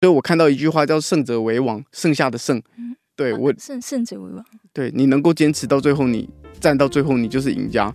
所以我看到一句话叫胜者为王，剩下的胜。对，我胜者为王。 对，你能够坚持到最后，你站到最后，你就是赢家。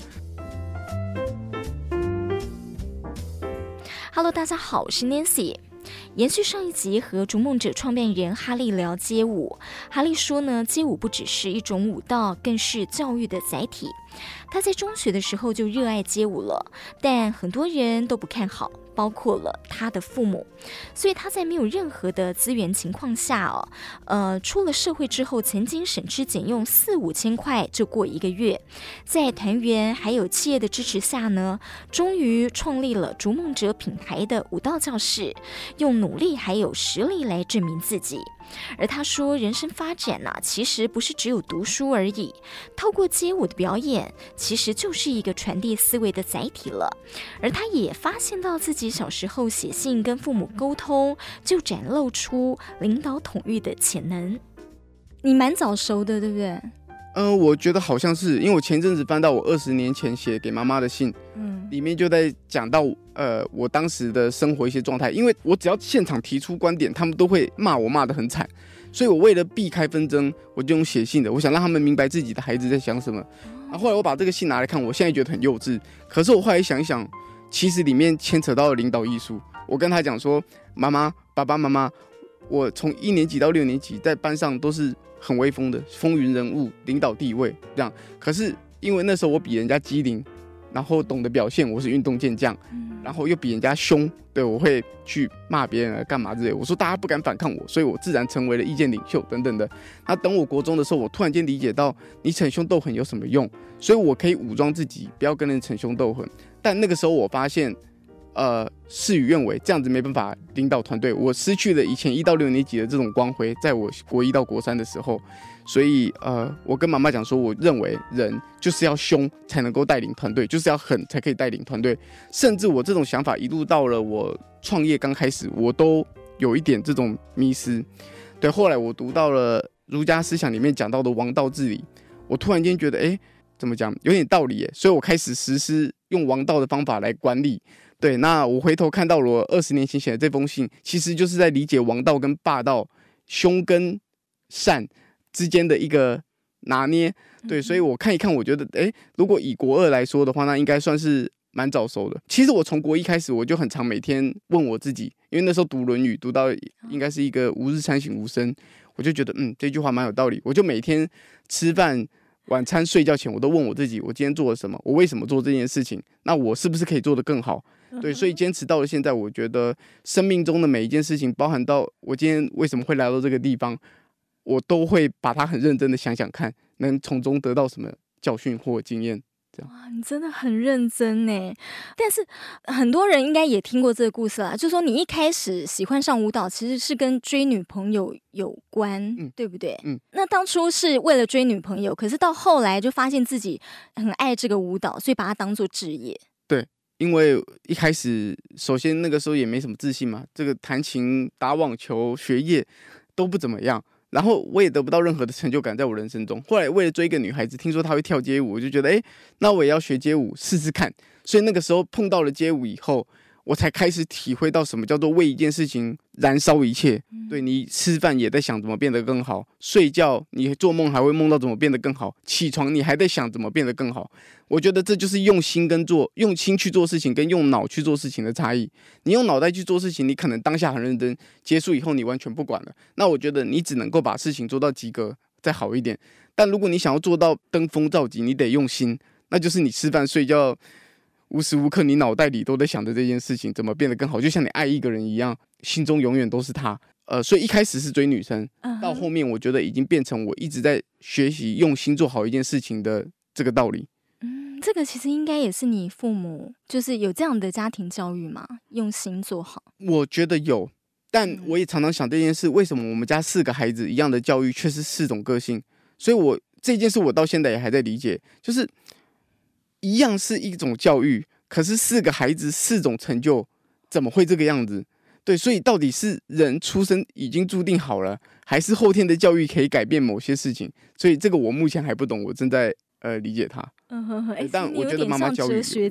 Hello， 大家好，我是 Nancy。延续上一集和逐梦者创办人哈利聊街舞，哈利说呢，街舞不只是一种舞蹈，更是教育的载体。他在中学的时候就热爱街舞了，但很多人都不看好，包括了他的父母。所以他在没有任何的资源情况下出了社会之后，曾经省吃俭用4-5千块就过一个月。在团员还有企业的支持下呢，终于创立了逐梦者品牌的舞蹈教室，用努力还有实力来证明自己。而他说，人生发展其实不是只有读书而已，透过街舞的表演，其实就是一个传递思维的载体了。而他也发现到自己小时候写信跟父母沟通，就展露出领导统御的潜能。你蛮早熟的，对不对？ 我觉得好像是，因为我前阵子翻到我20年前写给妈妈的信，里面就在讲到我当时的生活一些状态，因为我只要现场提出观点，他们都会骂我，骂得很惨，所以我为了避开纷争，我就用写信的，我想让他们明白自己的孩子在想什么。然后后来我把这个信拿来看，我现在觉得很幼稚，可是我后来想一想，其实里面牵扯到了领导艺术。我跟他讲说，妈妈、爸爸妈妈，我从1年级到6年级在班上都是很威风的，风云人物，领导地位这样。可是因为那时候我比人家机灵，然后懂得表现，我是运动健将，然后又比人家凶，对，我会去骂别人干嘛之类的。我说大家不敢反抗我，所以我自然成为了意见领袖等等的。那等我国中的时候，我突然间理解到，你逞凶斗狠有什么用？所以我可以武装自己，不要跟人逞凶斗狠。但那个时候我发现，事与愿违，这样子没办法领导团队，我失去了以前1到6年级的这种光辉，在我国1到国3的时候，所以我跟妈妈讲说，我认为人就是要凶才能够带领团队，就是要狠才可以带领团队，甚至我这种想法一路到了我创业刚开始，我都有一点这种迷思。对，后来我读到了儒家思想里面讲到的王道治理，我突然间觉得，怎么讲，有点道理耶，所以我开始实施用王道的方法来管理。对，那我回头看到了我20年前写的这封信，其实就是在理解王道跟霸道、凶跟善之间的一个拿捏。对，所以我看一看，我觉得，如果以国2来说的话，那应该算是蛮早熟的。其实我从国1开始，我就很常每天问我自己，因为那时候读《论语》，读到应该是一个吾日三省吾身，我就觉得，这句话蛮有道理。我就每天吃饭、晚餐、睡觉前，我都问我自己，我今天做了什么？我为什么做这件事情？那我是不是可以做得更好？对，所以坚持到了现在，我觉得生命中的每一件事情，包含到我今天为什么会来到这个地方，我都会把它很认真的想想看，能从中得到什么教训或经验。 哇，你真的很认真耶。但是很多人应该也听过这个故事啦，就是说你一开始喜欢上舞蹈，其实是跟追女朋友有关，对不对？那当初是为了追女朋友，可是到后来就发现自己很爱这个舞蹈，所以把它当作职业。 对，因为一开始首先那个时候也没什么自信嘛，这个弹琴、打网球、学业都不怎么样，然后我也得不到任何的成就感在我人生中。后来为了追一个女孩子，听说她会跳街舞，我就觉得那我也要学街舞试试看。所以那个时候碰到了街舞以后，我才开始体会到什么叫做为一件事情燃烧一切。对，你吃饭也在想怎么变得更好，睡觉你做梦还会梦到怎么变得更好，起床你还在想怎么变得更好。我觉得这就是用心去做事情跟用脑去做事情的差异。你用脑袋去做事情，你可能当下很认真，结束以后你完全不管了。那我觉得你只能够把事情做到及格，再好一点。但如果你想要做到登峰造极，你得用心，那就是你吃饭睡觉无时无刻你脑袋里都在想着这件事情怎么变得更好，就像你爱一个人一样，心中永远都是他。所以一开始是追女生，到后面我觉得已经变成我一直在学习用心做好一件事情的这个道理。 这个其实应该也是你父母就是有这样的家庭教育嘛，用心做好。 我觉得有，但我也常常想这件事，为什么我们家4个孩子一样的教育却是4种个性？所以这件事我到现在也还在理解，就是一样是一种教育，可是4个孩子4种成就，怎么会这个样子？对，所以到底是人出生已经注定好了，还是后天的教育可以改变某些事情？所以这个我目前还不懂，我正在理解它。但我觉得妈妈教育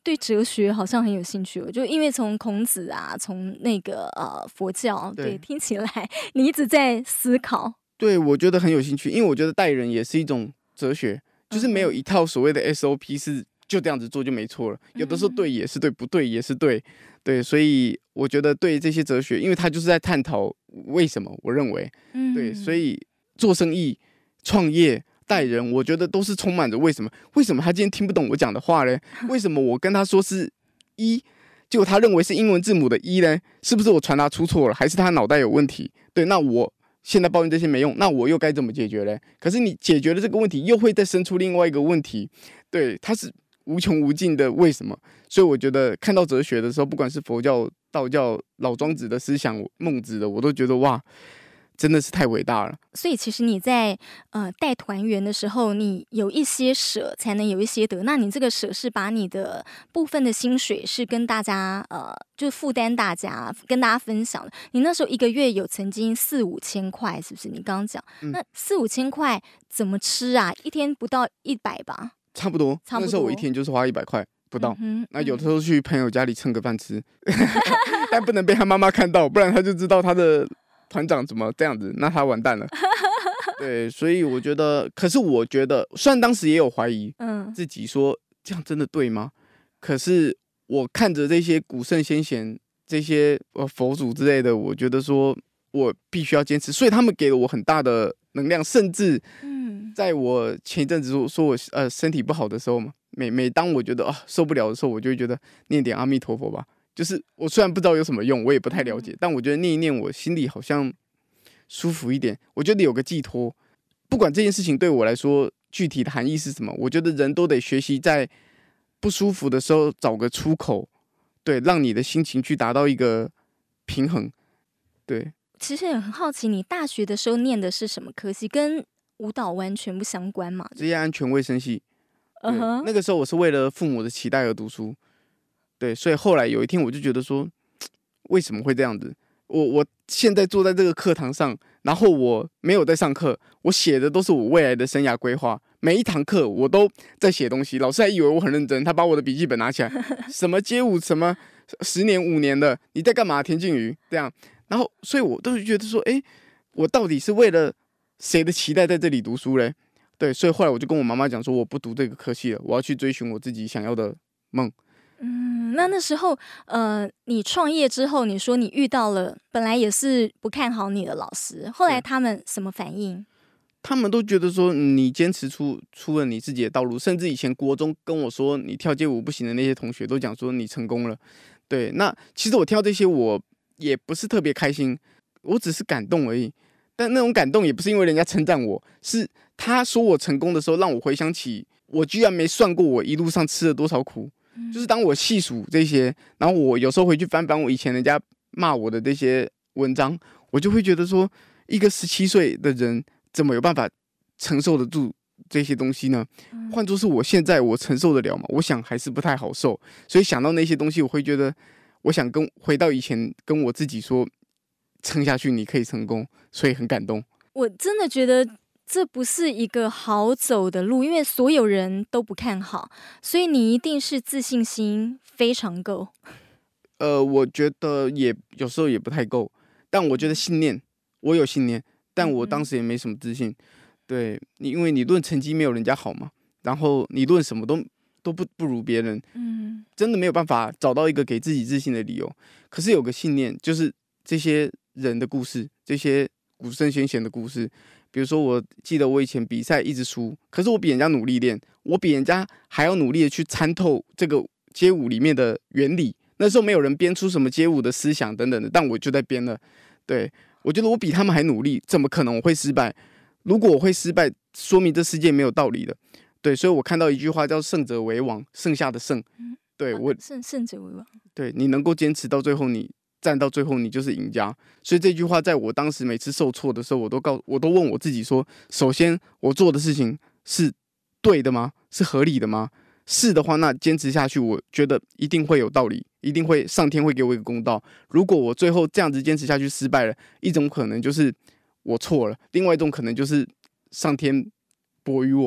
对哲学好像很有兴趣，就因为从孔子啊，从那个佛教，对，听起来你一直在思考。 对，我觉得很有兴趣，因为我觉得待人也是一种哲学，就是没有一套所谓的 SOP 是就这样子做就没错了，有的时候对也是对，不对也是对，对，所以我觉得对这些哲学，因为他就是在探讨为什么，我认为，对，所以做生意、创业、待人，我觉得都是充满着为什么？为什么他今天听不懂我讲的话呢？为什么我跟他说是一，结果他认为是英文字母的一呢？是不是我传达出错了，还是他脑袋有问题？对，那我现在抱怨这些没用，那我又该怎么解决呢？可是你解决了这个问题，又会再生出另外一个问题，对，它是无穷无尽的为什么？所以我觉得看到哲学的时候，不管是佛教、道教、老庄子的思想、孟子的，我都觉得哇，真的是太伟大了。 所以其实你在带团员的时候，你有一些舍，才能有一些得。那你这个舍是把你的部分的薪水是跟大家就负担大家，跟大家分享的。你那时候一个月有曾经4-5千块，是不是？你刚刚讲，那4-5千块怎么吃啊？一天不到100吧？ 差不多。那时候我一天就是花100块。不到，那有的时候去朋友家里蹭个饭吃，但不能被他妈妈看到，不然他就知道他的团长怎么这样子，那他完蛋了。对，所以我觉得，可是我觉得，虽然当时也有怀疑，自己说这样真的对吗？可是我看着这些古圣先贤，这些佛祖之类的，我觉得说我必须要坚持，所以他们给了我很大的能量，甚至在我前一阵子说我身体不好的时候嘛。每当我觉得受不了的时候，我就会觉得念点阿弥陀佛吧。就是我虽然不知道有什么用，我也不太了解，但我觉得念一念，我心里好像舒服一点。我觉得有个寄托，不管这件事情对我来说具体的含义是什么，我觉得人都得学习在不舒服的时候找个出口，对，让你的心情去达到一个平衡。对， 其实很好奇，你大学的时候念的是什么科系？跟舞蹈完全不相关嘛？ 职业安全卫生系。那个时候我是为了父母的期待而读书，对，所以后来有一天我就觉得说，为什么会这样子？我现在坐在这个课堂上，然后我没有在上课，我写的都是我未来的生涯规划，每一堂课我都在写东西，老师还以为我很认真，他把我的笔记本拿起来，什么街舞，什么10年5年的，你在干嘛？田径瑜这样，然后所以我都觉得说，我到底是为了谁的期待在这里读书嘞？对，所以后来我就跟我妈妈讲说，我不读这个科系了，我要去追寻我自己想要的梦。 那时候，你创业之后，你说你遇到了本来也是不看好你的老师，后来他们什么反应？ 他们都觉得说你坚持出了你自己的道路，甚至以前国中跟我说你跳街舞不行的那些同学都讲说你成功了。对，那其实我听到这些我也不是特别开心，我只是感动而已。但那种感动也不是因为人家称赞我，是他说我成功的时候，让我回想起我居然没算过我一路上吃了多少苦。就是当我细数这些，然后我有时候回去翻翻我以前人家骂我的这些文章，我就会觉得说，一个17岁的人怎么有办法承受得住这些东西呢？换作是我现在，我承受得了吗？我想还是不太好受。所以想到那些东西，我会觉得，我想回到以前，跟我自己说，撑下去，你可以成功。所以很感动。 我真的觉得这不是一个好走的路，因为所有人都不看好，所以你一定是自信心非常够。 我觉得也有时候也不太够，但我觉得信念，我有信念，但我当时也没什么自信。对，因为你论成绩没有人家好嘛，然后你论什么都不如别人，真的没有办法找到一个给自己自信的理由。可是有个信念，就是这些人的故事，这些古圣先贤的故事。比如说，我记得我以前比赛一直输，可是我比人家努力练，我比人家还要努力的去参透这个街舞里面的原理。那时候没有人编出什么街舞的思想等等的，但我就在编了。对，我觉得我比他们还努力，怎么可能我会失败？如果我会失败，说明这世界没有道理的。对，所以我看到一句话叫"胜者为王"，剩下的胜。对，我胜者为王。 对，你能够坚持到最后，你站到最后，你就是赢家。所以这句话在我当时每次受挫的时候，我都问我自己说：首先，我做的事情是对的吗？是合理的吗？是的话，那坚持下去，我觉得一定会有道理，一定会上天会给我一个公道。如果我最后这样子坚持下去失败了，一种可能就是我错了，另外一种可能就是上天薄于我。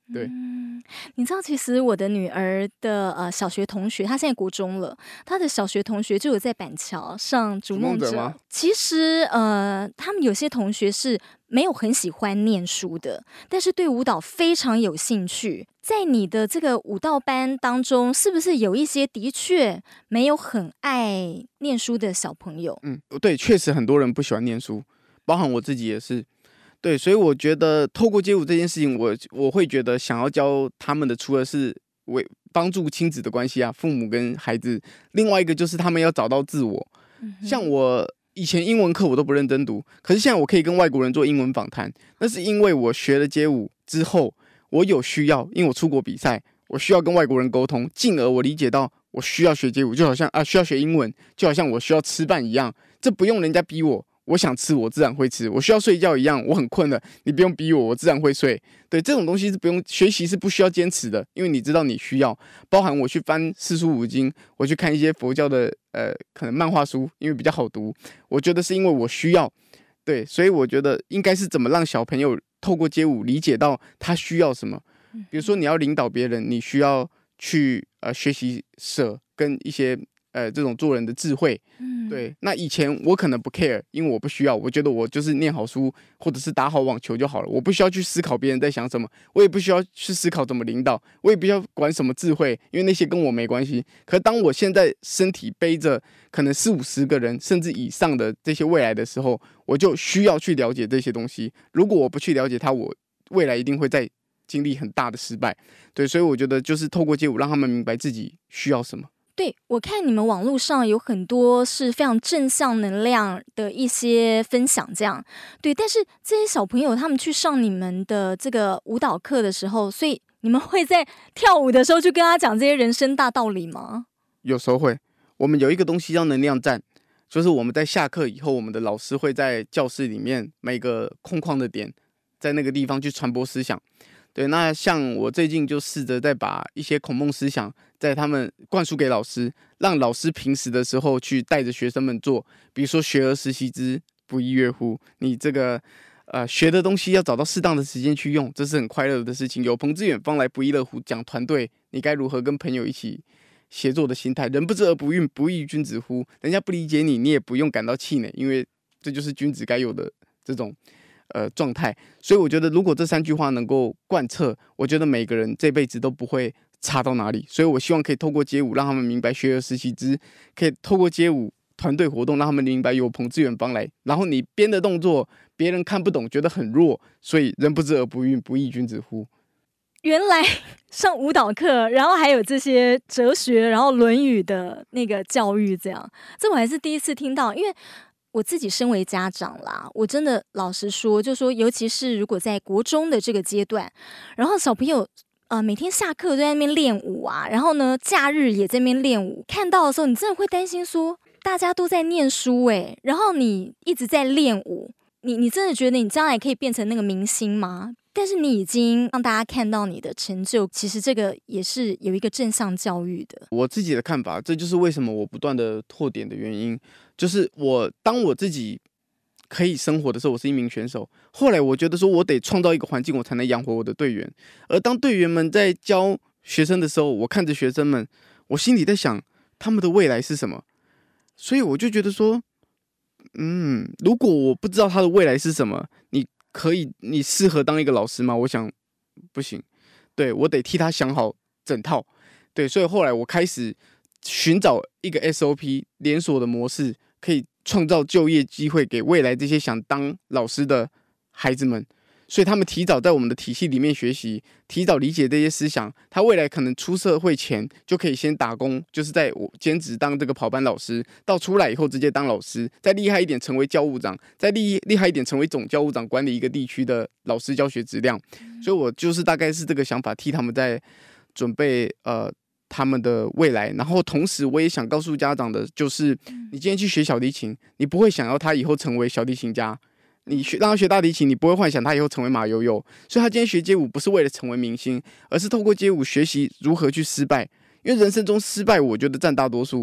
对。 你知道，其实我的女儿的小学同学，她现在国中了，她的小学同学就有在板桥上逐梦者吗？ 其实他们有些同学是没有很喜欢念书的，但是对舞蹈非常有兴趣。在你的这个舞蹈班当中，是不是有一些的确没有很爱念书的小朋友？ 对，确实很多人不喜欢念书，包含我自己也是。对，所以我觉得透过街舞这件事情，我会觉得想要教他们的，除了是帮助亲子的关系啊，父母跟孩子，另外一个就是他们要找到自我。像我以前英文课我都不认真读，可是现在我可以跟外国人做英文访谈，那是因为我学了街舞之后，我有需要，因为我出国比赛，我需要跟外国人沟通，进而我理解到我需要学街舞，就好像需要学英文，就好像我需要吃饭一样，这不用人家逼我。我想吃，我自然会吃；我需要睡觉一样，我很困了，你不用逼我，我自然会睡。对，这种东西是不用学习，是不需要坚持的，因为你知道你需要。包含我去翻四书五经，我去看一些佛教的可能漫画书，因为比较好读。我觉得是因为我需要，对，所以我觉得应该是怎么让小朋友透过街舞理解到他需要什么。比如说你要领导别人，你需要去学习舍跟一些这种做人的智慧。对，那以前我可能不 care， 因为我不需要，我觉得我就是念好书或者是打好网球就好了，我不需要去思考别人在想什么，我也不需要去思考怎么领导，我也不需要管什么智慧，因为那些跟我没关系。可当我现在身体背着可能40-50个人甚至以上的这些未来的时候，我就需要去了解这些东西。如果我不去了解它，我未来一定会再经历很大的失败。对，所以我觉得就是透过街舞让他们明白自己需要什么。 对，我看你们网络上有很多是非常正向能量的一些分享，这样对。但是这些小朋友他们去上你们的这个舞蹈课的时候，所以你们会在跳舞的时候就跟他讲这些人生大道理吗？ 有时候会。我们有一个东西叫能量站，就是我们在下课以后，我们的老师会在教室里面每个空旷的点，在那个地方去传播思想。对，那像我最近就试着在把一些孔孟思想在他们灌输给老师，让老师平时的时候去带着学生们做，比如说学而时习之，不亦乐乎。你这个学的东西要找到适当的时间去用，这是很快乐的事情。有朋自远方来，不亦乐乎。讲团队，你该如何跟朋友一起协作的心态，人不知而不愠，不亦君子乎？人家不理解你，你也不用感到气馁，因为这就是君子该有的这种状态。所以我觉得如果这3句话能够贯彻，我觉得每个人这辈子都不会差到哪里。所以我希望可以透过街舞让他们明白学而时习之，可以透过街舞团队活动让他们明白有朋自远方来。然后你编的动作别人看不懂，觉得很弱，所以人不知而不愠，不亦君子乎？ 原来上舞蹈课，然后还有这些哲学，然后《论语》的那个教育，这我还是第一次听到。因为我自己身为家长啦，我真的老实说，就说尤其是如果在国中的这个阶段，然后小朋友每天下课都在那边练舞啊，然后呢假日也在那边练舞，看到的时候你真的会担心说，大家都在念书然后你一直在练舞，你真的觉得你将来可以变成那个明星吗？但是你已经让大家看到你的成就，其实这个也是有一个正向教育的。 我自己的看法，这就是为什么我不断的拓点的原因，就是当我自己可以生活的时候，我是一名选手。后来我觉得说我得创造一个环境，我才能养活我的队员。而当队员们在教学生的时候，我看着学生们，我心里在想他们的未来是什么。所以我就觉得说，如果我不知道他的未来是什么，你适合当一个老师吗？我想不行。对，我得替他想好整套。对，所以后来我开始寻找一个 SOP 连锁的模式，可以创造就业机会给未来这些想当老师的孩子们。所以他们提早在我们的体系里面学习，提早理解这些思想，他未来可能出社会前就可以先打工，就是在我兼职当这个跑班老师，到出来以后直接当老师，再厉害一点成为教务长，再厉害一点成为总教务长，管理一个地区的老师教学质量。所以我就是大概是这个想法，替他们在准备他们的未来。然后同时我也想告诉家长的就是，你今天去学小提琴，你不会想要他以后成为小提琴家，你让他学大提琴，你不会幻想他以后成为马友友。所以他今天学街舞不是为了成为明星，而是透过街舞学习如何去失败。因为人生中失败我觉得占大多数，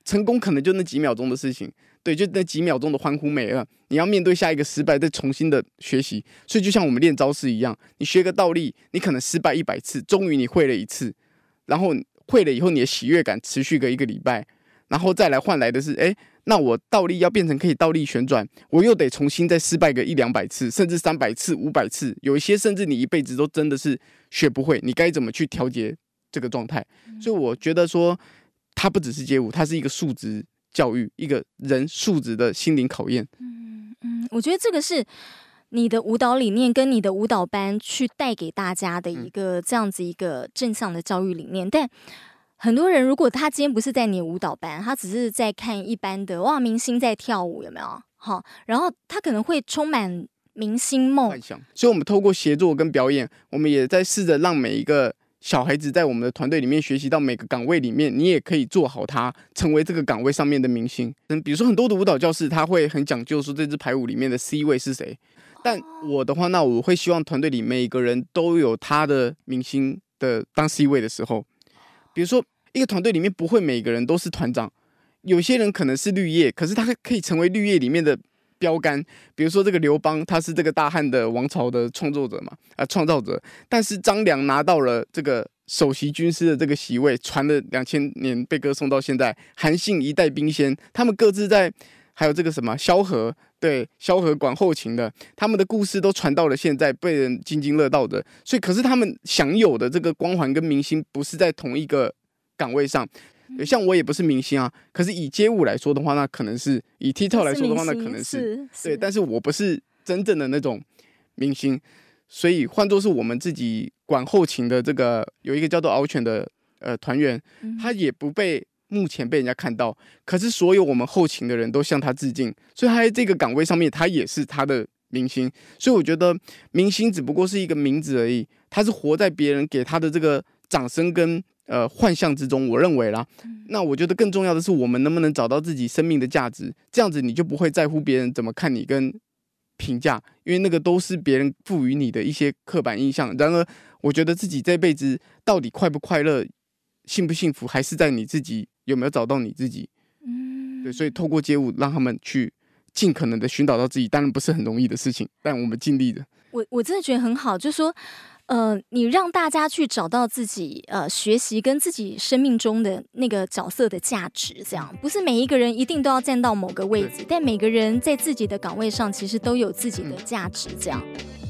成功可能就那几秒钟的事情，对，就那几秒钟的欢呼没了，你要面对下一个失败，再重新的学习。所以就像我们练招式一样，你学个倒立，你可能失败100次，终于你会了1次，然后会了以后，你的喜悦感持续个1个礼拜，然后再来换来的是，那我倒立要变成可以倒立旋转，我又得重新再失败个100-200次，甚至300次、500次，有一些甚至你一辈子都真的是学不会，你该怎么去调节这个状态？所以我觉得说，它不只是街舞，它是一个素质教育，一个人素质的心灵考验。 我觉得这个是你的舞蹈理念跟你的舞蹈班去带给大家的一个这样子一个正向的教育理念，但很多人如果他今天不是在你的舞蹈班，他只是在看一般的明星在跳舞，有没有？好，然后他可能会充满明星梦幻想。所以我们透过协作跟表演，我们也在试着让每一个小孩子在我们的团队里面学习到每个岗位里面，你也可以做好它，成为这个岗位上面的明星。比如说很多的舞蹈教室，他会很讲究说这支排舞里面的 C 位是谁，但我的话，那我会希望团队里每个人都有他的明星的当 C 位的时候。比如说一个团队里面不会每个人都是团长，有些人可能是绿叶，可是他可以成为绿叶里面的标杆。比如说这个刘邦，他是这个大汉的王朝的创造者，但是张良拿到了这个首席军师的这个席位，传了2000年，被歌颂到现在。韩信一代兵仙，他们各自在，还有这个什么萧何，对，萧何管后勤的，他们的故事都传到了现在，被人津津乐道的。所以，可是他们享有的这个光环跟明星，不是在同一个岗位上。像我也不是明星啊，可是以街舞来说的话，那可能是；以 TikTok 来说的话，那可能是对。但是我不是真正的那种明星，所以换作是我们自己管后勤的这个有一个叫做敖犬的团员，他也不被目前被人家看到，可是所有我们后勤的人都向他致敬，所以他在这个岗位上面，他也是他的明星。所以我觉得明星只不过是一个名字而已，他是活在别人给他的这个掌声跟幻象之中，我认为啦。那我觉得更重要的是，我们能不能找到自己生命的价值？这样子你就不会在乎别人怎么看你跟评价，因为那个都是别人赋予你的一些刻板印象。然而，我觉得自己这辈子到底快不快乐、幸不幸福，还是在你自己有没有找到你自己。对，所以透过街舞让他们去尽可能的寻找到自己，当然不是很容易的事情，但我们尽力的。 我真的觉得很好，就是说。你让大家去找到自己学习跟自己生命中的那个角色的价值，这样不是每一个人一定都要站到某个位置，但每个人在自己的岗位上其实都有自己的价值，这样。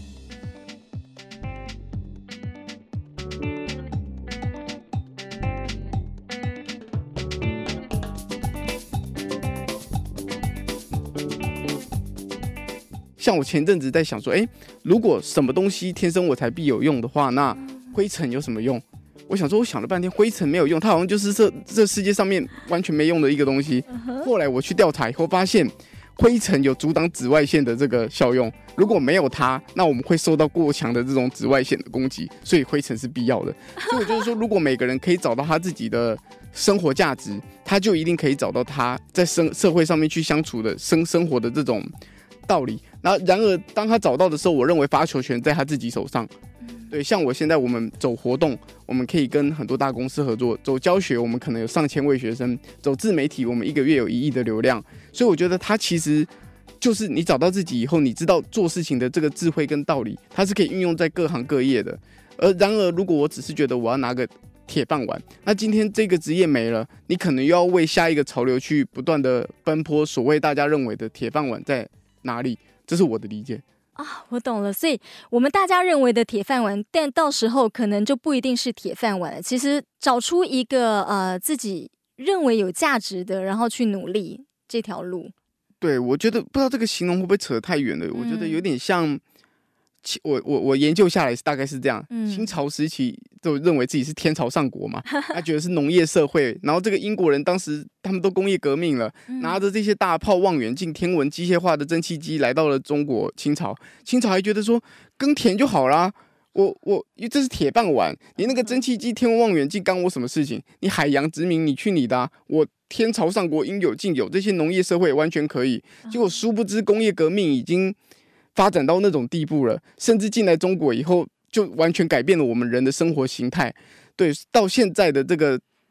像我前阵子在想说，如果什么东西天生我材必有用的话，那灰尘有什么用？我想说，我想了半天，灰尘没有用，它好像就是这世界上面完全没用的一个东西。后来我去调查以后发现，灰尘有阻挡紫外线的这个效用。如果没有它，那我们会受到过强的这种紫外线的攻击，所以灰尘是必要的。所以我就是说，如果每个人可以找到他自己的生活价值，他就一定可以找到他在社会上面去相处的生活的这种道理。然而当他找到的时候，我认为发球权在他自己手上。对，像我现在我们走活动，我们可以跟很多大公司合作；走教学，我们可能有上千位学生；走自媒体，我们1个月有1亿的流量。所以我觉得他其实就是你找到自己以后，你知道做事情的这个智慧跟道理，它是可以运用在各行各业的。然而如果我只是觉得我要拿个铁饭碗，那今天这个职业没了，你可能又要为下一个潮流去不断的奔波。所谓大家认为的铁饭碗在哪里？这是我的理解啊，我懂了。所以我们大家认为的铁饭碗，但到时候可能就不一定是铁饭碗了。其实找出一个自己认为有价值的，然后去努力这条路。 对，我觉得不知道这个形容会不会扯太远了。我觉得有点像我研究下来大概是这样。清朝时期都认为自己是天朝上国嘛，他觉得是农业社会。然后这个英国人当时他们都工业革命了，拿着这些大炮、望远镜、天文、机械化的蒸汽机来到了中国清朝。清朝还觉得说耕田就好啦，这是铁饭碗，你那个蒸汽机、天文望远镜干我什么事情？你海洋殖民你去你的我天朝上国应有尽有，这些农业社会完全可以。结果殊不知工业革命已经发展到那种地步了，甚至进来中国以后，就完全改变了我们人的生活形态。对，到现在的这个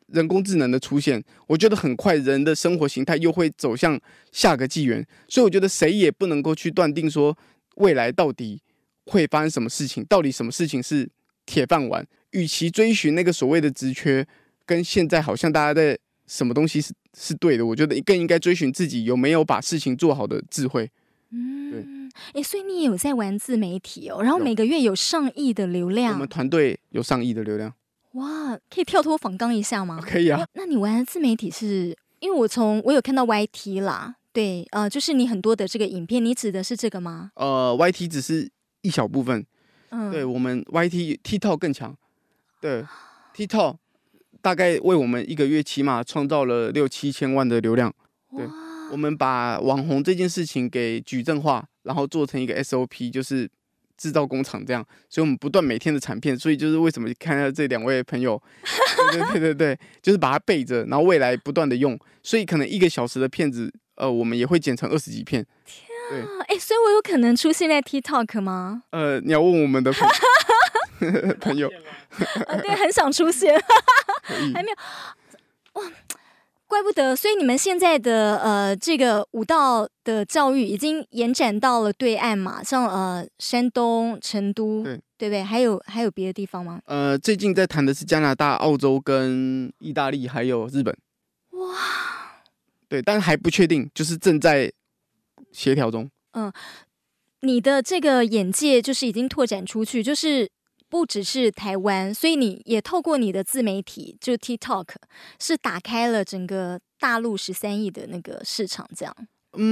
人工智能的出现，我觉得很快人的生活形态又会走向下个纪元，所以我觉得谁也不能够去断定说未来到底会发生什么事情，到底什么事情是铁饭碗。与其追寻那个所谓的职缺，跟现在好像大家在什么东西是对的，我觉得更应该追寻自己有没有把事情做好的智慧。 对，所以你也有在玩自媒体哦，然后每个月有上亿的流量。 我们团队有上亿的流量。 哇，可以跳脱访纲一下吗？ 可以啊。 那你玩的自媒体是因为我有看到 YT 啦，对，就是你很多的这个影片，你指的是这个吗 ？YT 只是一小部分，对，我们 TikTok 更强。对 ，TikTok 大概为我们一个月起码创造了6-7千万的流量。对，我们把网红这件事情给矩阵化，然后做成一个 SOP， 就是制造工厂这样。所以我们不断每天的产片，所以就是为什么看到这2位朋友，对，就是把它备着，然后未来不断的用，所以可能1个小时的片子，我们也会剪成20几片。 天啊，所以我有可能出现在 TikTok 吗？ 你要问我们的朋友。 对，很想出现，还没有。哇，怪不得，所以你们现在的这个舞蹈的教育已经延展到了对岸嘛，像山东、成都，对不对？还有别的地方吗？ 最近在谈的是加拿大、澳洲跟意大利，还有日本。 哇， 对，但还不确定，就是正在协调中。 你的这个眼界就是已经拓展出去，就是不只是台湾，所以你也透过你的自媒体，就 TikTok， 是打开了整个大陆13亿的那个市场，这样。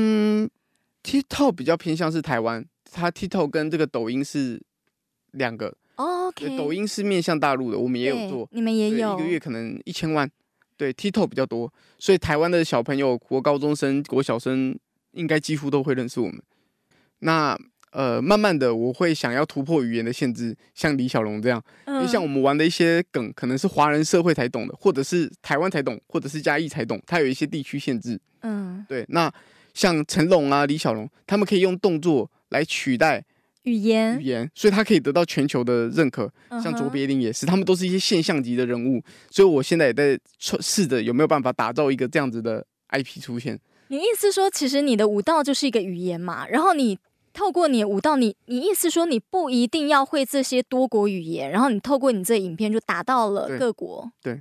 TikTok 比较偏向是台湾，它 TikTok 跟这个抖音是2个。 OK， 抖音是面向大陆的，我们也有做， 你们也有， 一个月可能1000万。对 ，TikTok 比较多，所以台湾的小朋友、国高中生、国小生应该几乎都会认识我们。那慢慢的我会想要突破语言的限制，像李小龙这样，因为像我们玩的一些梗，可能是华人社会才懂的，或者是台湾才懂，或者是嘉义才懂，它有一些地区限制。对，那像成龙啊、李小龙，他们可以用动作来取代语言，所以他可以得到全球的认可。像卓别林也是，他们都是一些现象级的人物，所以我现在也在试着有没有办法打造一个这样子的 IP 出现。 你意思说，其实你的舞蹈就是一个语言嘛，然后你透过你的舞蹈，你意思说你不一定要会这些多国语言，然后你透过你这影片就打到了各国。 对。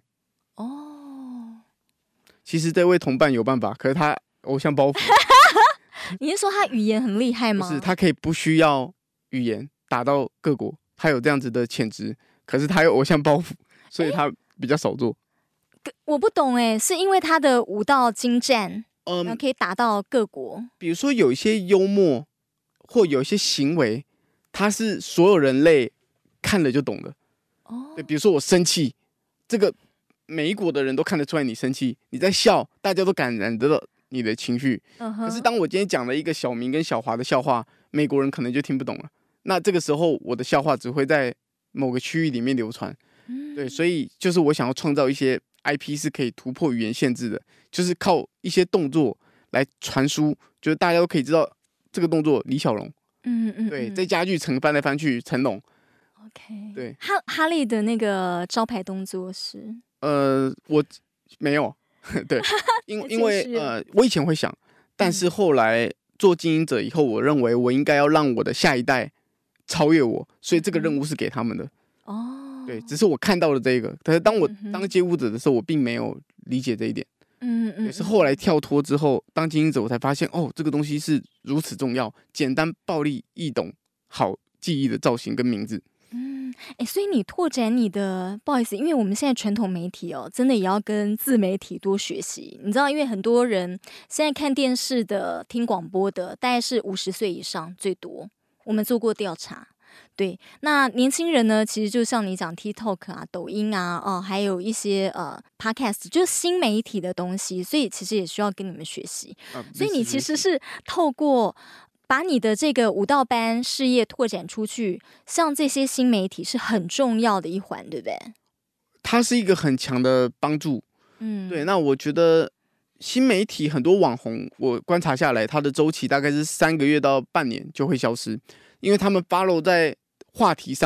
其实这位同伴有办法，可是他偶像包袱。 你是说他语言很厉害吗？ 不是，他可以不需要语言打到各国，他有这样子的潜质，可是他有偶像包袱，所以他比较少做。 我不懂是因为他的舞蹈精湛，可以打到各国。 比如说有一些幽默，或有一些行为，他是所有人类看了就懂的。对，比如说我生气，这个每一国的人都看得出来你生气，你在笑，大家都感染得到你的情绪。可是当我今天讲了一个小明跟小华的笑话，美国人可能就听不懂了。那这个时候我的笑话只会在某个区域里面流传。对，所以就是我想要创造一些 IP 是可以突破语言限制的，就是靠一些动作来传输，就是大家都可以知道这个动作李小龙。对，在家具城翻来翻去成龙。 OK， 对， 哈利的那个招牌动作是我没有。对，因为我以前会想，但是后来做经营者以后，我认为我应该要让我的下一代超越我，所以这个任务是给他们的。对，只是我看到了这个，可是当我当街舞者的时候，我并没有理解这一点。也是后来跳脱之后当经营者，我才发现这个东西是如此重要，简单、暴力、易懂、好记忆的造型跟名字。 所以你拓展你的，不好意思，因为我们现在传统媒体真的也要跟自媒体多学习。你知道，因为很多人现在看电视的、听广播的，大概是50岁以上最多。我们做过调查，对，那年轻人呢，其实就像你讲 TikTok 啊、抖音啊，还有一些Podcast， 就是新媒体的东西，所以其实也需要跟你们学习。所以你其实是透过把你的这个舞蹈班事业拓展出去，像这些新媒体是很重要的一环，对不对？ 它是一个很强的帮助。对。那我觉得新媒体很多网红，我观察下来，它的周期大概是3个月到半年就会消失，因为他们 follow 在话题上，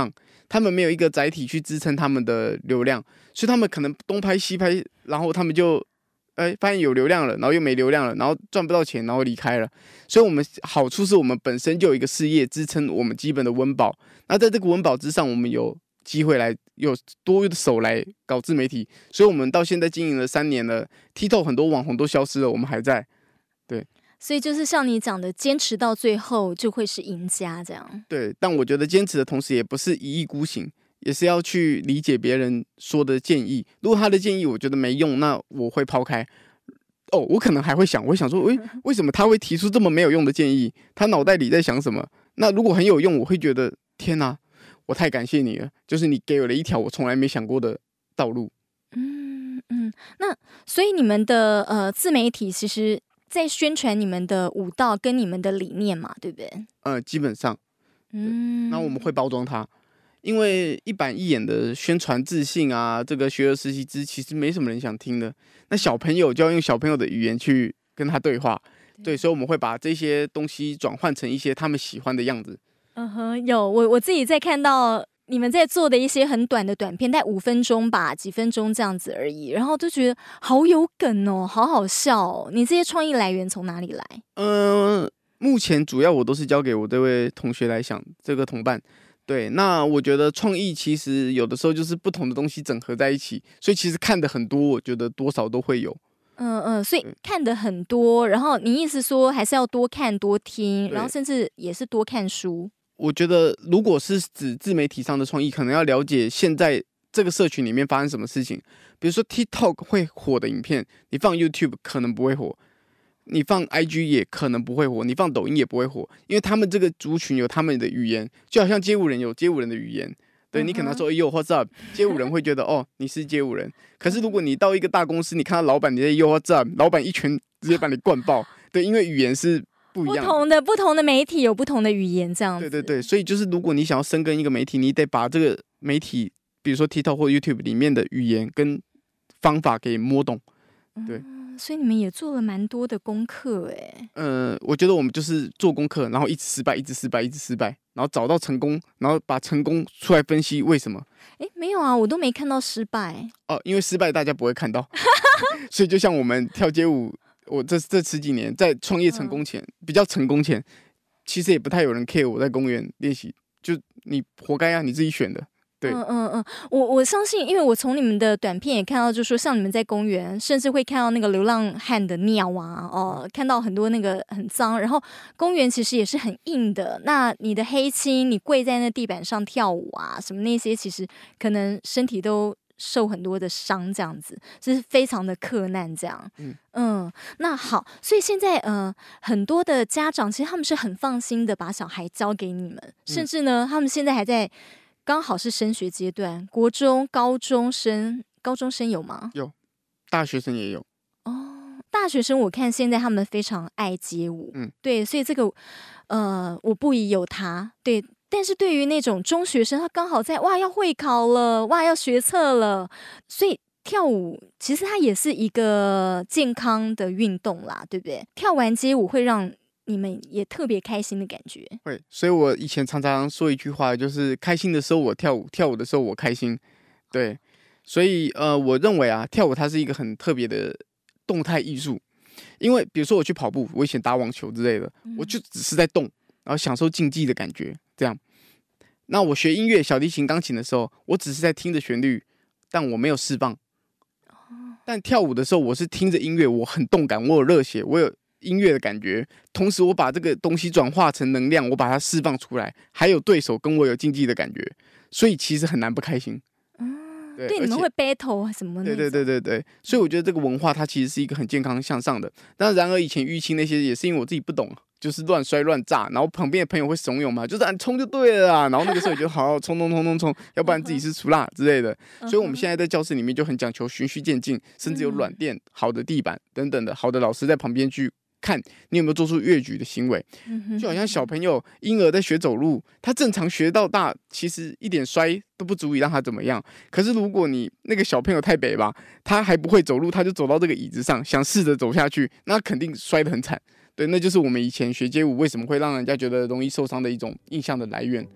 他们没有一个载体去支撑他们的流量，所以他们可能东拍西拍，然后他们就发现有流量了，然后又没流量了，然后赚不到钱，然后离开了。所以我们好处是我们本身就有一个事业支撑我们基本的温饱，那在这个温饱之上，我们有机会来有多的手来搞自媒体，所以我们到现在经营了3年了 ，TikTok 很多网红都消失了，我们还在。对， 所以就是像你讲的，坚持到最后就会是赢家这样。 对，但我觉得坚持的同时，也不是一意孤行，也是要去理解别人说的建议。如果他的建议我觉得没用，那我会抛开。我可能还会想，我会想说，为什么他会提出这么没有用的建议？他脑袋里在想什么？那如果很有用，我会觉得天哪，我太感谢你了，就是你给我了一条我从来没想过的道路。 那所以你们的自媒体其实在宣传你们的武道跟你们的理念嘛，对不对？ 基本上，那我们会包装它。因为一板一眼的宣传自信啊，这个学而时习之，其实没什么人想听的。那小朋友就要用小朋友的语言去跟他对话，对，所以我们会把这些东西转换成一些他们喜欢的样子。 有我自己在看到你们在做的一些很短的短片，大概5分钟吧，几分钟这样子而已，然后就觉得好有梗哦，好好笑哦。你这些创意来源从哪里来？ 目前主要我都是交给我这位同学来想，这个同伴。对，那我觉得创意其实有的时候就是不同的东西整合在一起，所以其实看的很多，我觉得多少都会有。 所以看的很多，然后你意思说还是要多看多听，然后甚至也是多看书。 我觉得如果是指自媒体上的创意，可能要了解现在这个社群里面发生什么事情。比如说 TikTok 会火的影片，你放 YouTube 可能不会火。你放 IG 也可能不会火，你放抖音也不会火，因为他们这个族群有他们的语言，就好像街舞人有街舞人的语言。对，你可能说yo what's up， 街舞人会觉得你是街舞人。可是如果你到一个大公司，你看到老板你在yo what's up， 老板一拳直接把你灌爆。对，因为语言是不一样的， 不同的媒体有不同的语言，这样子。 对，所以就是如果你想要深耕一个媒体，你得把这个媒体，比如说 TikTok 或 YouTube 里面的语言跟方法给摸懂。对。 所以你们也做了蛮多的功课哎。 我觉得我们就是做功课，然后一直失败，一直失败，一直失败，然后找到成功，然后把成功出来分析为什么。 没有啊，我都没看到失败。 因为失败大家不会看到，所以就像我们跳街舞，我这10几年在创业成功前，比较成功前，其实也不太有人 care 我在公园练习，就你活该啊，你自己选的。对， 我相信，因为我从你们的短片也看到，就是说像你们在公园，甚至会看到那个流浪汉的尿啊，看到很多那个很脏，然后公园其实也是很硬的。那你的黑青，你跪在那地板上跳舞啊，什么那些，其实可能身体都受很多的伤，这样子，就是非常的克难这样。那好，所以现在很多的家长其实他们是很放心的把小孩交给你们，甚至呢，他们现在还在。刚好是升学阶段，国中、高中生有吗？ 有，大学生也有。 大学生我看现在他们非常爱街舞，对，所以这个我不疑有他，对。但是对于那种中学生，他刚好在要会考了，要学测了，所以跳舞其实它也是一个健康的运动啦，对不对？跳完街舞会让你们也特别开心的感觉。 会，所以我以前常常说一句话，就是开心的时候我跳舞，跳舞的时候我开心。对，所以我认为跳舞它是一个很特别的动态艺术。因为比如说我去跑步，我以前打网球之类的，我就只是在动，然后享受竞技的感觉，这样。那我学音乐，小提琴、钢琴的时候，我只是在听着旋律，但我没有释放。但跳舞的时候，我是听着音乐，我很动感，我有热血，我有音乐的感觉，同时我把这个东西转化成能量，我把它释放出来，还有对手跟我有竞技的感觉，所以其实很难不开心。 对，你们会 battle 什么的？ 对，所以我觉得这个文化它其实是一个很健康向上的。但然而以前淤青那些也是因为我自己不懂，就是乱摔乱炸，然后旁边的朋友会怂恿嘛，就是你冲就对了啊，然后那个时候也就好好冲，要不然自己是出辣之类的。所以我们现在在教室里面就很讲求循序渐进，甚至有软垫、好的地板等等的，好的老师在旁边去看你有没有做出越矩的行为。就好像小朋友婴儿在学走路，他正常学到大，其实一点摔都不足以让他怎么样。可是如果你那个小朋友太北吧，他还不会走路，他就走到这个椅子上，想试着走下去，那肯定摔得很惨。对，那就是我们以前学街舞为什么会让人家觉得容易受伤的一种印象的来源。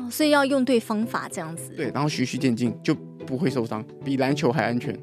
所以要用对方法这样子。 对，然后循序渐进就不会受伤，比篮球还安全。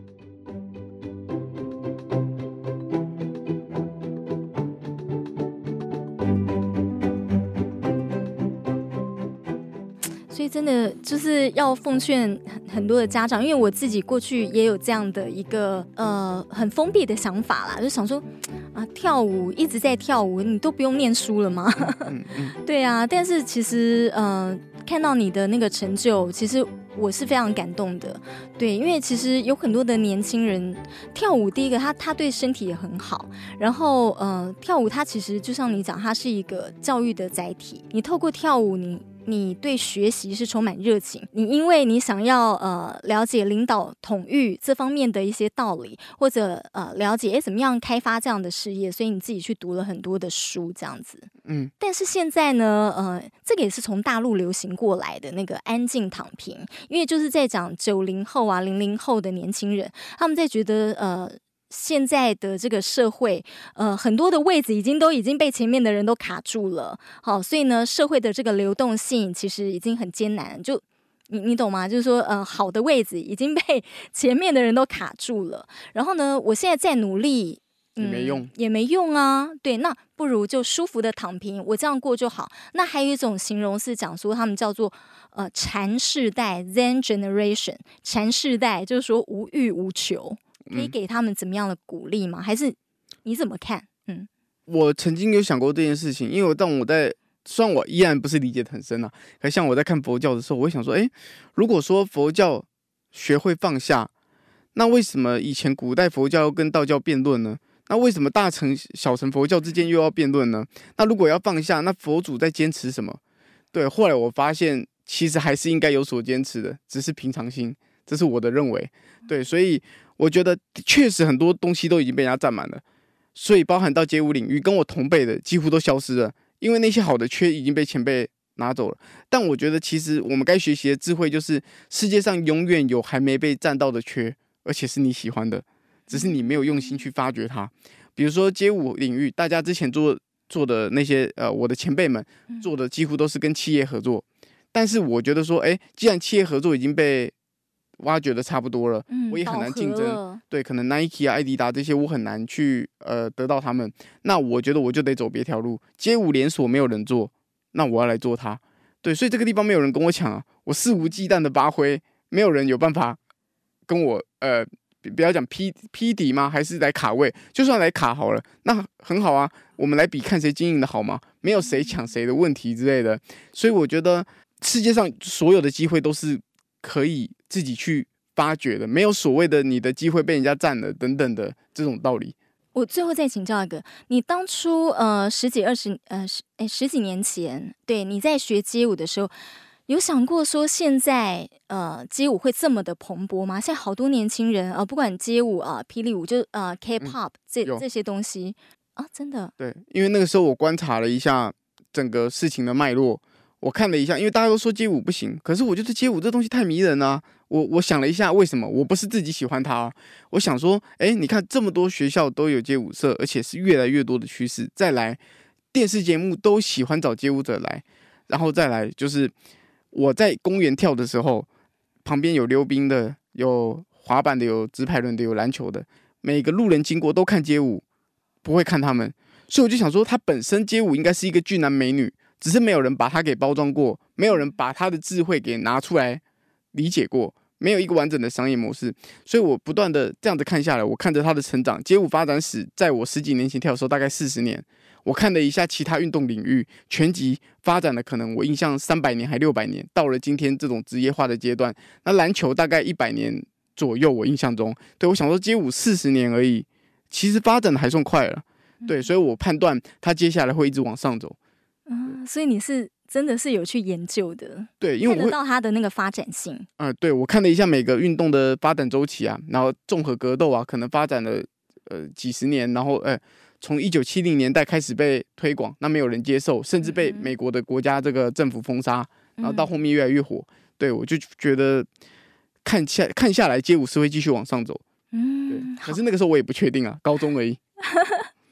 所以真的就是要奉劝很多的家长，因为我自己过去也有这样的一个很封闭的想法啦，就想说跳舞一直在跳舞，你都不用念书了吗？对啊，但是其实看到你的那个成就，其实我是非常感动的。对，因为其实有很多的年轻人跳舞，第一个他对身体也很好，然后跳舞它其实就像你讲，它是一个教育的载体，你透过跳舞你对学习是充满热情，你因为你想要了解领导统御这方面的一些道理，或者了解怎么样开发这样的事业，所以你自己去读了很多的书这样子。但是现在呢这个也是从大陆流行过来的那个安静躺平，因为就是在讲90后啊00后的年轻人，他们在觉得现在的这个社会，很多的位置已经被前面的人都卡住了，好，所以呢，社会的这个流动性其实已经很艰难，就你懂吗？就是说，好的位置已经被前面的人都卡住了，然后呢，我现在在努力，也没用啊，对，那不如就舒服的躺平，我这样过就好。那还有一种形容是讲说，他们叫做禅世代 （Zen Generation）， 禅世代就是说无欲无求。可以给他们怎么样的鼓励吗？还是你怎么看？ 我曾经有想过这件事情，因为虽然我依然不是理解得很深啊，可像我在看佛教的时候，我会想说，如果说佛教学会放下，那为什么以前古代佛教要跟道教辩论呢？那为什么大乘小乘佛教之间又要辩论呢？那如果要放下，那佛祖在坚持什么？对，后来我发现其实还是应该有所坚持的，只是平常心，这是我的认为。对，所以我觉得确实很多东西都已经被人家占满了，所以包含到街舞领域，跟我同辈的几乎都消失了，因为那些好的缺已经被前辈拿走了。但我觉得其实我们该学习的智慧就是，世界上永远有还没被占到的缺，而且是你喜欢的，只是你没有用心去发掘它。比如说街舞领域，大家之前做的那些我的前辈们做的几乎都是跟企业合作，但是我觉得说，既然企业合作已经被挖掘的差不多了，我也很难竞争。对，可能 Nike 啊、艾迪达这些我很难去得到他们。那我觉得我就得走别条路。街舞连锁没有人做，那我要来做它。对，所以这个地方没有人跟我抢啊，我肆无忌惮的发挥，没有人有办法跟我不要讲批敌吗？还是来卡位？就算来卡好了，那很好啊，我们来比看谁经营的好吗？没有谁抢谁的问题之类的。所以我觉得世界上所有的机会都是可以自己去发掘的，没有所谓的你的机会被人家占了等等的这种道理。 我最后再请教一个，你当初十几年前，对，你在学街舞的时候，有想过说现在街舞会这么的蓬勃吗？现在好多年轻人不管街舞霹雳舞，就K-pop 这些东西啊，真的。 对，因为那个时候我观察了一下整个事情的脉络。我看了一下，因为大家都说街舞不行，可是我觉得街舞这东西太迷人啊。我想了一下，为什么我不是自己喜欢它啊？我想说，你看这么多学校都有街舞社，而且是越来越多的趋势。再来，电视节目都喜欢找街舞者来，然后再来就是我在公园跳的时候，旁边有溜冰的，有滑板的，有直排轮的，有篮球的，每个路人经过都看街舞，不会看他们，所以我就想说，它本身街舞应该是一个俊男美女。只是没有人把它给包装过，没有人把他的智慧给拿出来理解过，没有一个完整的商业模式。所以我不断的这样子看下来，我看着他的成长，街舞发展史在我10几年前跳的时候大概40年，我看了一下其他运动领域，拳击发展了可能我印象300年还600年，到了今天这种职业化的阶段。那篮球大概100年左右，我印象中，对，我想说街舞40年而已，其实发展的还算快了。对，所以我判断他接下来会一直往上走。 所以你是真的是有去研究的， 对，因为我看得到它的那个发展性。 对，我看了一下每个运动的发展周期啊，然后综合格斗啊，可能发展了几十年，然后从1970年代开始被推广，那没有人接受，甚至被美国的国家这个政府封杀，然后到后面越来越火。对，我就觉得看下来，街舞是会继续往上走。对，可是那个时候我也不确定啊，高中而已。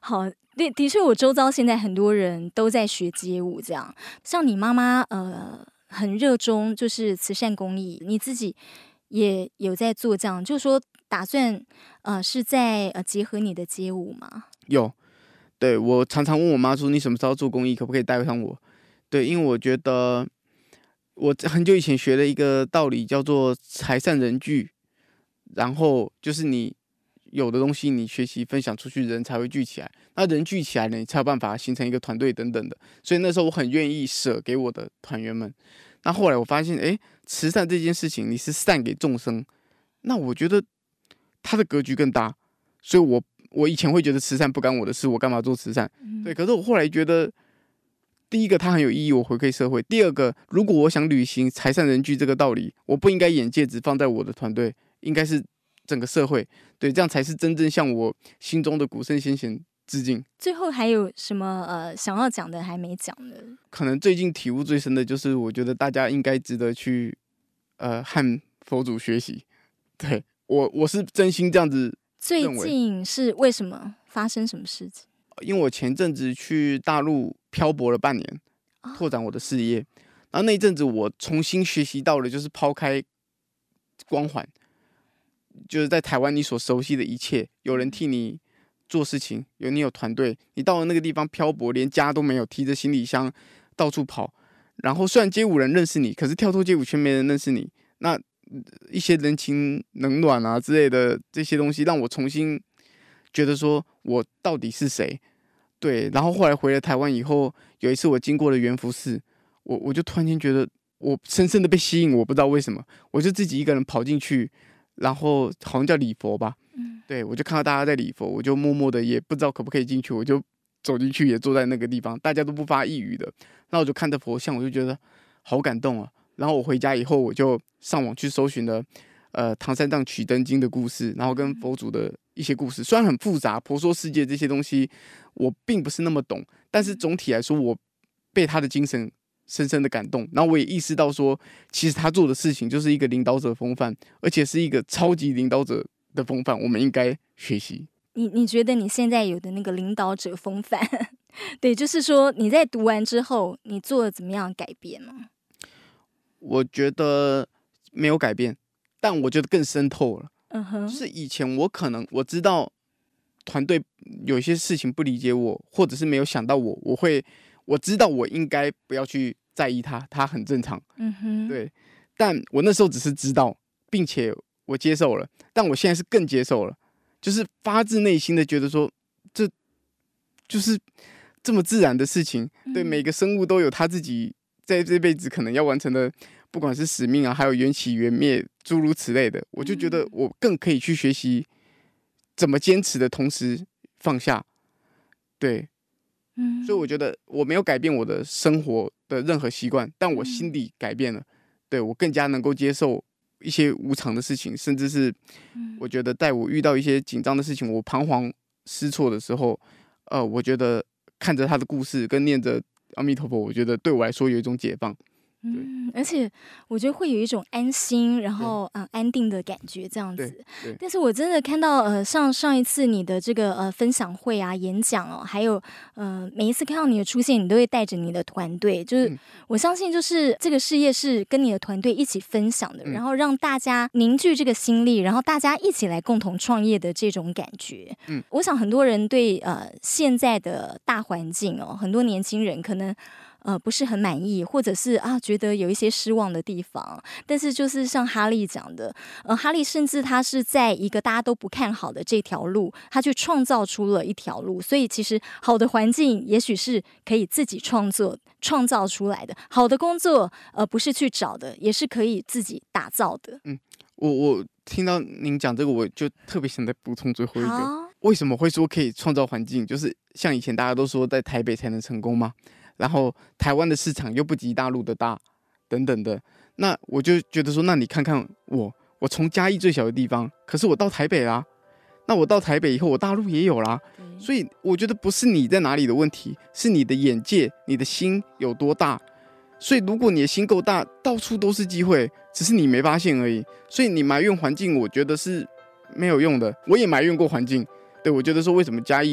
好，的确，我周遭现在很多人都在学街舞，这样。像你妈妈，很热衷就是慈善公益，你自己也有在做这样，就是说打算是在结合你的街舞吗？ 有，对，我常常问我妈说，你什么时候做公益，可不可以带上我？对，因为我觉得我很久以前学了一个道理，叫做财散人聚，然后就是你有的东西你学习分享出去，人才会聚起来。那人聚起来呢，你才有办法形成一个团队等等的。所以那时候我很愿意舍给我的团员们。那后来我发现，慈善这件事情你是散给众生，那我觉得它的格局更大。所以我以前会觉得慈善不干我的事，我干嘛做慈善？对，可是我后来觉得，第一个它很有意义，我回馈社会；第二个，如果我想履行财散人聚这个道理，我不应该眼界只放在我的团队，应该是整个社会。对，这样才是真正向我心中的古圣先贤致敬。 最后还有什么想要讲的还没讲的？ 可能最近体悟最深的就是，我觉得大家应该值得去和佛祖学习。对，我是真心这样子认为。最近是为什么发生什么事情？ 因为我前阵子去大陆漂泊了半年，拓展我的事业。然后那一阵子我重新学习到了，就是抛开光环，就是在台湾你所熟悉的一切，有人替你做事情，你有团队，你到了那个地方漂泊，连家都没有，提着行李箱到处跑。然后虽然街舞人认识你，可是跳脱街舞圈没人认识你。那一些人情冷暖啊之类的这些东西，让我重新觉得说我到底是谁。对，然后后来回了台湾以后，有一次我经过了圆福寺，我就突然间觉得我深深的被吸引，我不知道为什么，我就自己一个人跑进去，然后好像叫礼佛吧，对，我就看到大家在礼佛，我就默默的也不知道可不可以进去，我就走进去，也坐在那个地方，大家都不发一语的，那我就看着佛像，我就觉得好感动啊。然后我回家以后，我就上网去搜寻了唐三藏取灯经的故事，然后跟佛祖的一些故事，虽然很复杂，婆娑世界这些东西我并不是那么懂，但是总体来说，我被他的精神深深的感动。然后我也意识到说，其实他做的事情就是一个领导者风范，而且是一个超级领导者的风范，我们应该学习。 你觉得你现在有的那个领导者风范，对，就是说你在读完之后，你做了怎么样的改变吗？ 我觉得没有改变，但我觉得更深透了。就是以前我知道团队有一些事情不理解我，或者是没有想到我知道我应该不要去在意它很正常。对，但我那时候只是知道，并且我接受了，但我现在是更接受了，就是发自内心的觉得说，这就是这么自然的事情。对，每个生物都有他自己在这辈子可能要完成的，不管是使命啊，还有缘起缘灭诸如此类的，我就觉得我更可以去学习怎么坚持的同时放下。对，所以我觉得我没有改变我的生活的任何习惯，但我心里改变了。对，我更加能够接受一些无常的事情，甚至是我觉得在我遇到一些紧张的事情，我彷徨失措的时候，我觉得看着他的故事跟念着阿弥陀佛，我觉得对我来说有一种解放。 而且我觉得会有一种安心，然后安定的感觉这样子。但是我真的看到上一次你的这个分享会啊、演讲哦，还有每一次看到你的出现，你都会带着你的团队，就是我相信就是这个事业是跟你的团队一起分享的，然后让大家凝聚这个心力，然后大家一起来共同创业的这种感觉。我想很多人对现在的大环境哦，很多年轻人可能不是很满意，或者是觉得有一些失望的地方，但是就是像哈利讲的，哈利甚至他是在一个大家都不看好的这条路，他去创造出了一条路。所以其实好的环境也许是可以自己创造出来的，好的工作不是去找的，也是可以自己打造的。 我听到您讲这个，我就特别想再补充最后一个，为什么会说可以创造环境，就是像以前大家都说在台北才能成功吗？然后台湾的市场又不及大陆的大，等等的，那我就觉得说，那你看看我从嘉义最小的地方，可是我到台北啦，那我到台北以后，我大陆也有啦，所以我觉得不是你在哪里的问题，是你的眼界，你的心有多大。所以如果你的心够大，到处都是机会，只是你没发现而已。所以你埋怨环境，我觉得是没有用的。我也埋怨过环境，对，我觉得说为什么嘉义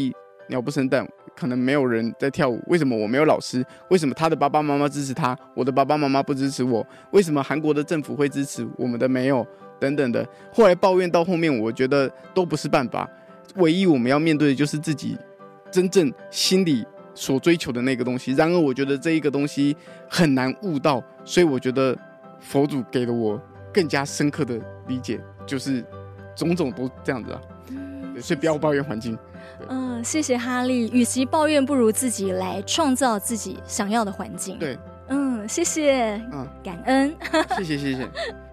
鸟不生蛋，可能没有人在跳舞，为什么我没有老师？为什么他的爸爸妈妈支持他，我的爸爸妈妈不支持我？为什么韩国的政府会支持我们的没有？等等的。后来抱怨到后面，我觉得都不是办法，唯一我们要面对的就是自己真正心里所追求的那个东西。然而我觉得这一个东西很难悟到，所以我觉得佛祖给了我更加深刻的理解，就是种种都这样子啊。所以不要抱怨环境。 谢谢哈利，与其抱怨，不如自己来创造自己想要的环境。 对， 谢谢，感恩， 谢谢。